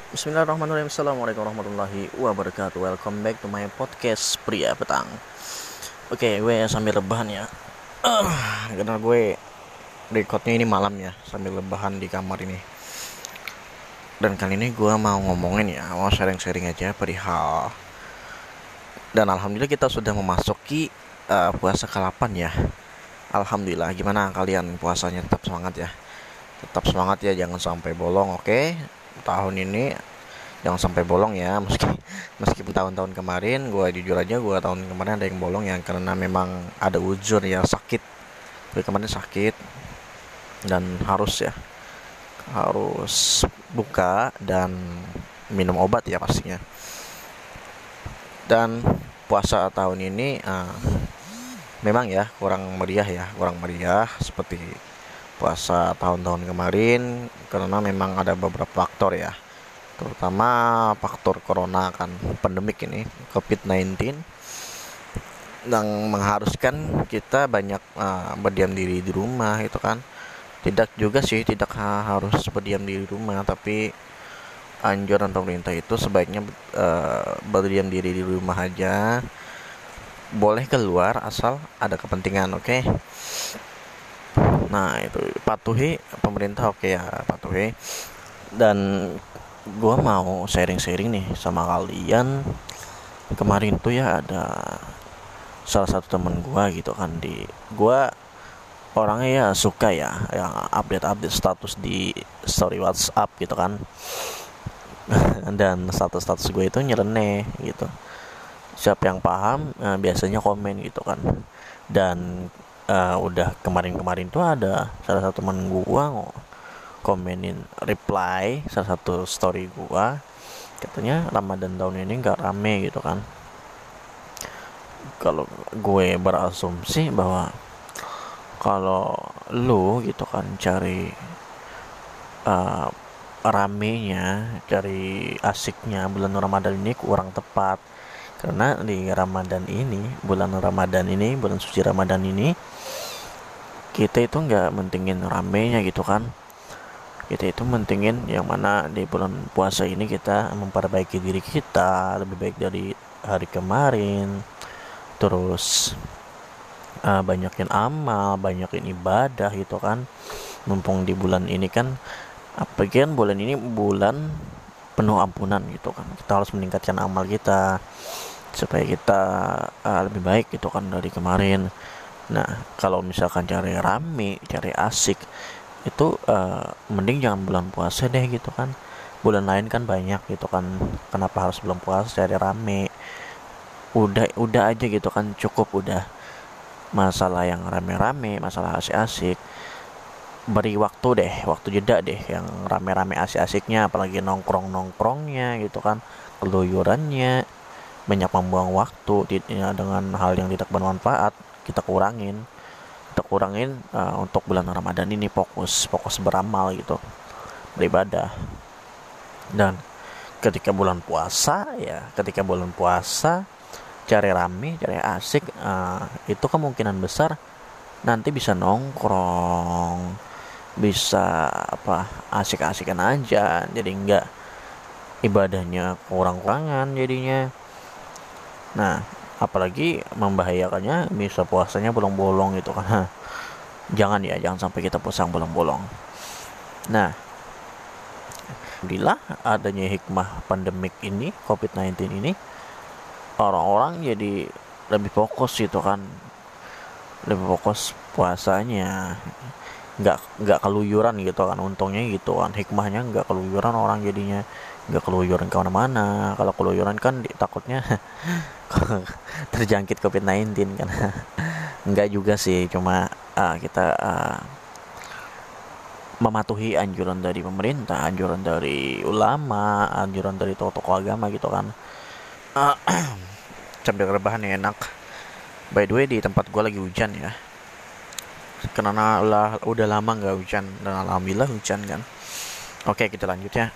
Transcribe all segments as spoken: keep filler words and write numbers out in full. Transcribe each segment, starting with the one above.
Bismillahirrahmanirrahim. Assalamualaikum warahmatullahi wabarakatuh. Welcome back to my podcast Pria Petang. Oke, gue sambil rebahan ya. Ah, karena gue recordnya ini malam ya, sambil rebahan di kamar ini. Dan kali ini gue mau ngomongin ya, mau sharing-sharing aja perihal. Dan alhamdulillah kita sudah memasuki uh, puasa ke delapan ya. Alhamdulillah. Gimana kalian puasanya? Tetap semangat ya. Tetap semangat ya, jangan sampai bolong, oke? Tahun ini jangan sampai bolong ya, meski meskipun tahun-tahun kemarin gue jujur aja, gue tahun kemarin ada yang bolong ya, karena memang ada uzur ya, sakit. Gue kemarin sakit dan harus ya harus buka dan minum obat ya pastinya. Dan puasa tahun ini uh, memang ya kurang meriah ya kurang meriah seperti puasa tahun-tahun kemarin, karena memang ada beberapa faktor ya, terutama faktor corona kan, pandemik ini covid sembilan belas yang mengharuskan kita banyak uh, berdiam diri di rumah itu kan. Tidak juga sih, tidak ha- harus berdiam diri di rumah, tapi anjuran pemerintah itu sebaiknya uh, berdiam diri di rumah aja, boleh keluar asal ada kepentingan, oke okay? Nah itu patuhi pemerintah, oke okay ya, patuhi. Dan gue mau sharing-sharing nih sama kalian. Kemarin tuh ya ada salah satu temen gue gitu kan, di gue orangnya ya suka ya yang update-update status di story WhatsApp gitu kan. Dan status-status gue itu nyeleneh gitu. Siapa yang paham eh, biasanya komen gitu kan. Dan eh, udah kemarin-kemarin tuh ada salah satu temen gue komenin reply salah satu story gue, katanya Ramadan tahun ini nggak rame gitu kan. Kalau gue berasumsi bahwa kalau lu gitu kan cari uh, ramenya, cari asiknya bulan Ramadan ini kurang tepat. Karena di Ramadan ini, bulan Ramadan ini, bulan suci Ramadan ini, kita itu nggak mentingin ramenya gitu kan. Kita itu mentingin yang mana di bulan puasa ini kita memperbaiki diri kita lebih baik dari hari kemarin. Terus uh, banyakin amal, banyakin ibadah gitu kan. Mumpung di bulan ini kan, apa kan, bulan ini bulan penuh ampunan gitu kan. Kita harus meningkatkan amal kita supaya kita uh, lebih baik gitu kan dari kemarin. Nah, kalau misalkan cari rame, cari asik, itu uh, mending jangan bulan puasa deh gitu kan. Bulan lain kan banyak gitu kan. Kenapa harus bulan puasa cari rame? Udah udah aja gitu kan, cukup udah. Masalah yang rame-rame, masalah asik-asik, beri waktu deh, waktu jeda deh yang rame-rame asik-asiknya, apalagi nongkrong-nongkrongnya gitu kan, keluyurannya, banyak membuang waktu ya, dengan hal yang tidak bermanfaat. Kita kurangin kita kurangin uh, untuk bulan Ramadan ini, fokus fokus beramal gitu, beribadah. Dan ketika bulan puasa ya ketika bulan puasa cari rame, cari asik, uh, itu kemungkinan besar nanti bisa nongkrong, bisa apa, asik-asikan aja, jadi enggak, ibadahnya kurang-kurangan jadinya. Nah, apalagi membahayakannya bisa puasanya bolong-bolong gitu kan. Jangan ya, jangan sampai kita puasa bolong-bolong. Nah, alhamdulillah adanya hikmah pandemik ini, covid sembilan belas ini, orang-orang jadi lebih fokus gitu kan, lebih fokus puasanya, nggak nggak keluyuran gitu kan, untungnya gitu kan, hikmahnya nggak keluyuran orang jadinya, nggak keluyuran kemana-mana. Kalau keluyuran kan di, takutnya terjangkit covid sembilan belas kan. Nggak juga sih, cuma uh, kita uh, mematuhi anjuran dari pemerintah, anjuran dari ulama, anjuran dari tokoh-tokoh agama gitu kan. uh, Sambil rebahan ya, enak. By the way, di tempat gue lagi hujan ya, karena lah udah lama nggak hujan, dan alhamdulillah hujan kan. Oke, kita lanjut ya.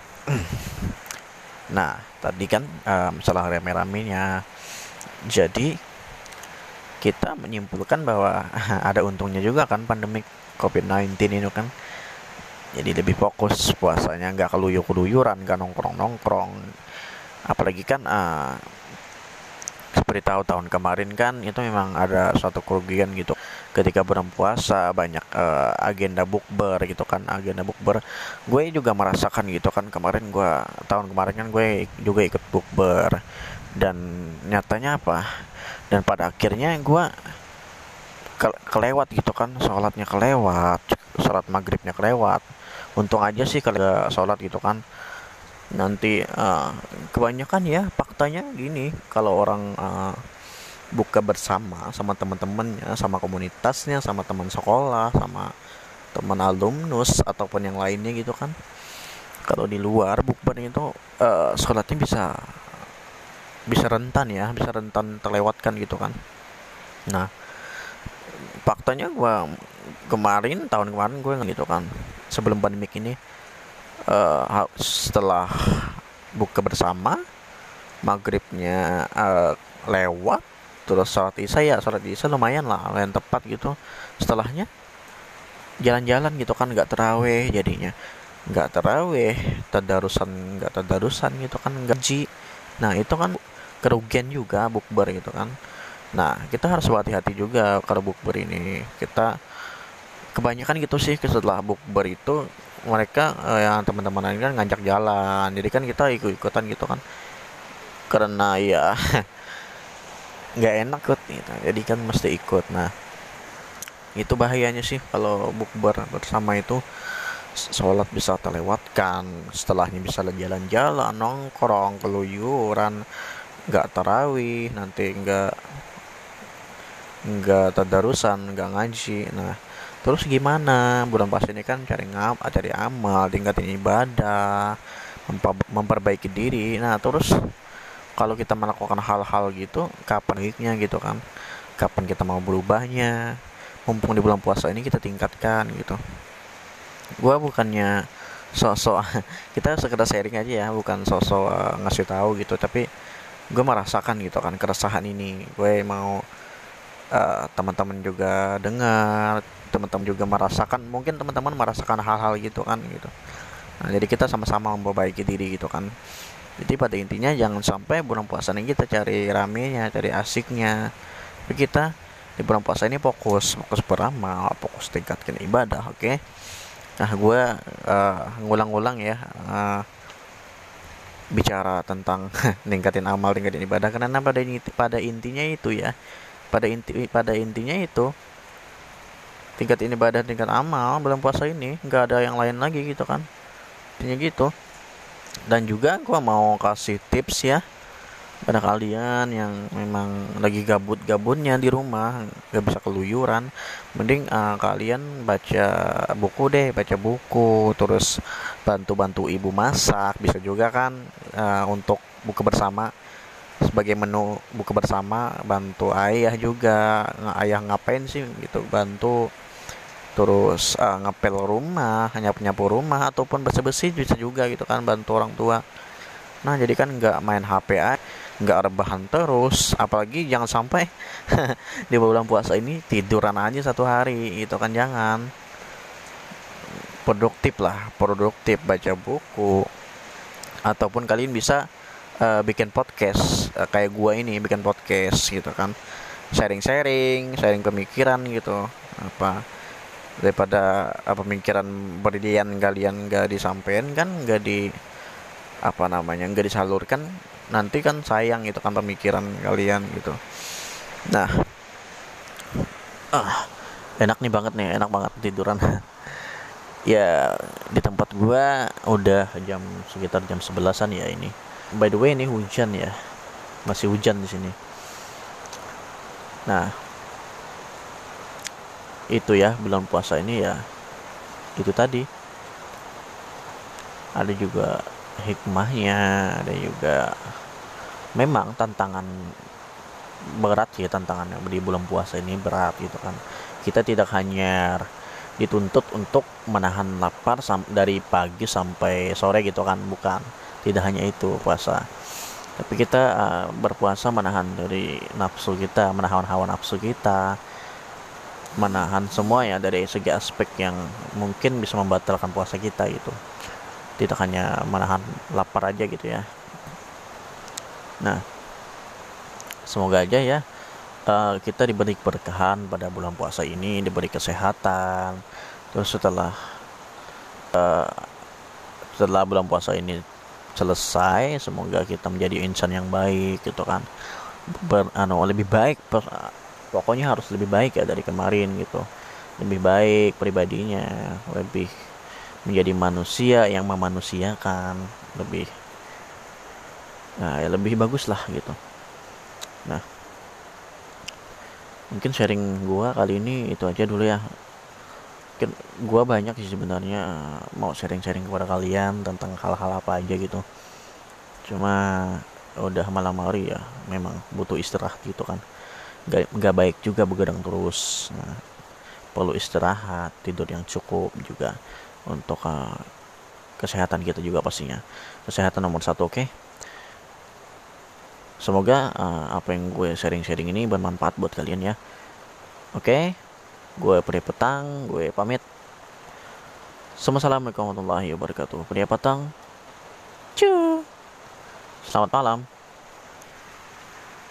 Nah, tadi kan uh, masalah rame-ramenya, jadi kita menyimpulkan bahwa ada untungnya juga kan pandemik covid sembilan belas ini kan. jadi lebih fokus puasanya, nggak keluyur-keluyuran, nggak nongkrong-nongkrong. Apalagi kan uh, seperti tahu tahun kemarin kan itu memang ada suatu kerugian gitu ketika bulan puasa, banyak uh, agenda bukber gitu kan, agenda bukber. Gue juga merasakan gitu kan, kemarin gue tahun kemarin kan gue juga ikut bukber, dan nyatanya apa, dan pada akhirnya gue ke- kelewat gitu kan, sholatnya kelewat, sholat maghribnya kelewat. Untung aja sih kalau ada sholat gitu kan. Nanti uh, kebanyakan ya faktanya gini, kalau orang uh, buka bersama sama teman-temannya, sama komunitasnya, sama teman sekolah, sama teman alumnus ataupun yang lainnya gitu kan, kalau di luar bukber itu uh, sholatnya bisa bisa rentan ya, bisa rentan terlewatkan gitu kan. Nah, faktanya gua kemarin tahun kemarin gue gitu kan, sebelum pandemik ini, uh, setelah buka bersama, maghribnya uh, lewat, terus sholat isya, ya sholat isya lumayan lah, lumayan tepat gitu. Setelahnya jalan-jalan gitu kan, nggak teraweh jadinya, nggak teraweh, tadarusan nggak tadarusan gitu kan, gaji. Nah itu kan kerugian juga bukber gitu kan. Nah kita harus hati-hati juga kalau bukber ini. Kita kebanyakan gitu sih, setelah bukber itu mereka eh, yang teman-teman lain kan ngajak jalan, jadi kan kita ikut-ikutan gitu kan, karena ya nggak enak ikut gitu, jadi kan mesti ikut. Nah itu bahayanya sih kalau bukber bersama itu, sholat bisa terlewatkan, setelahnya bisa jalan-jalan, nongkrong, keluyuran, nggak tarawih, nanti nggak nggak tadarusan, nggak ngaji. Nah terus gimana, bulan puasa ini kan cari ngam cari amal, tingkatin ibadah, mempa- memperbaiki diri. Nah terus kalau kita melakukan hal-hal gitu, kapan baiknya gitu kan, kapan kita mau berubahnya, mumpung di bulan puasa ini kita tingkatkan gitu. Gua bukannya sosok kita sekedar sharing aja ya, bukan sosok uh, ngasih tahu gitu, tapi gue merasakan gitu kan keresahan ini. Gue mau uh, teman-teman juga dengar, teman-teman juga merasakan, mungkin teman-teman merasakan hal-hal gitu kan gitu. Nah, jadi kita sama-sama memperbaiki diri gitu kan. Jadi pada intinya jangan sampai bulan puasa ini kita cari ramenya, cari asiknya. Tapi kita di bulan puasa ini fokus, fokus beramal, fokus tingkatkan ibadah, oke? Okay? Nah, gue uh, ngulang-ngulang ya, uh, bicara tentang ningkatin amal, tingkatin ibadah, karena pada pada intinya itu ya, pada inti pada intinya itu tingkatin ibadah, tingkat amal bulan puasa ini, nggak ada yang lain lagi gitu kan, intinya gitu. Dan juga gue mau kasih tips ya pada kalian yang memang lagi gabut-gabutnya di rumah, gak bisa keluyuran, mending uh, kalian baca buku deh, baca buku, terus bantu-bantu ibu masak, bisa juga kan, uh, untuk buka bersama, sebagai menu buka bersama, bantu ayah juga. Nah, ayah ngapain sih gitu, bantu. Terus uh, ngepel rumah, nyapu-nyapu rumah, ataupun bersih-bersih bisa juga gitu kan, bantu orang tua. Nah jadi kan nggak main H P aja, nggak rebahan terus, apalagi jangan sampai di bulan puasa ini tiduran aja satu hari, itu kan jangan. Produktif lah, produktif, baca buku, ataupun kalian bisa uh, bikin podcast, uh, kayak gua ini bikin podcast gitu kan, sharing-sharing, sharing pemikiran gitu, apa daripada uh, pemikiran berlian kalian nggak disampaikan kan, nggak di apa namanya nggak disalurkan, nanti kan sayang gitu kan pemikiran kalian gitu. Nah ah enak nih banget nih, enak banget tiduran. Ya di tempat gua udah jam sekitar jam sebelasan ya ini. By the way ini hujan ya, masih hujan di sini. Nah itu ya, bulan puasa ini ya itu tadi, ada juga hikmahnya, ada juga memang tantangan berat ya, tantangannya di bulan puasa ini berat gitu kan. Kita tidak hanya dituntut untuk menahan lapar sam- dari pagi sampai sore gitu kan, bukan, tidak hanya itu puasa, tapi kita uh, berpuasa menahan dari nafsu kita, menahan hawa nafsu kita, menahan semua ya dari segi aspek yang mungkin bisa membatalkan puasa kita gitu. Tidak hanya menahan lapar aja gitu ya. Nah, semoga aja ya uh, kita diberi keberkahan pada bulan puasa ini, diberi kesehatan. Terus setelah uh, setelah bulan puasa ini selesai, semoga kita menjadi insan yang baik gitu kan. Ber, anu, lebih baik per, pokoknya harus lebih baik ya dari kemarin gitu. Lebih baik pribadinya, lebih menjadi manusia yang memanusiakan, lebih nah, ya lebih bagus lah gitu. Nah, mungkin sharing gua kali ini itu aja dulu ya. Mungkin gua banyak sih sebenarnya mau sharing-sharing kepada kalian tentang hal-hal apa aja gitu. Cuma udah malam hari ya, memang butuh istirahat gitu kan. Gak, gak baik juga begadang terus. Nah, perlu istirahat, tidur yang cukup juga untuk uh, kesehatan kita juga pastinya. Kesehatan nomor satu, oke? Okay? Semoga uh, apa yang gue sharing-sharing ini bermanfaat buat kalian ya. Oke, okay? Gue Pria Petang, gue pamit. Assalamualaikum warahmatullahi wabarakatuh. Pria Petang, cuy. Selamat malam.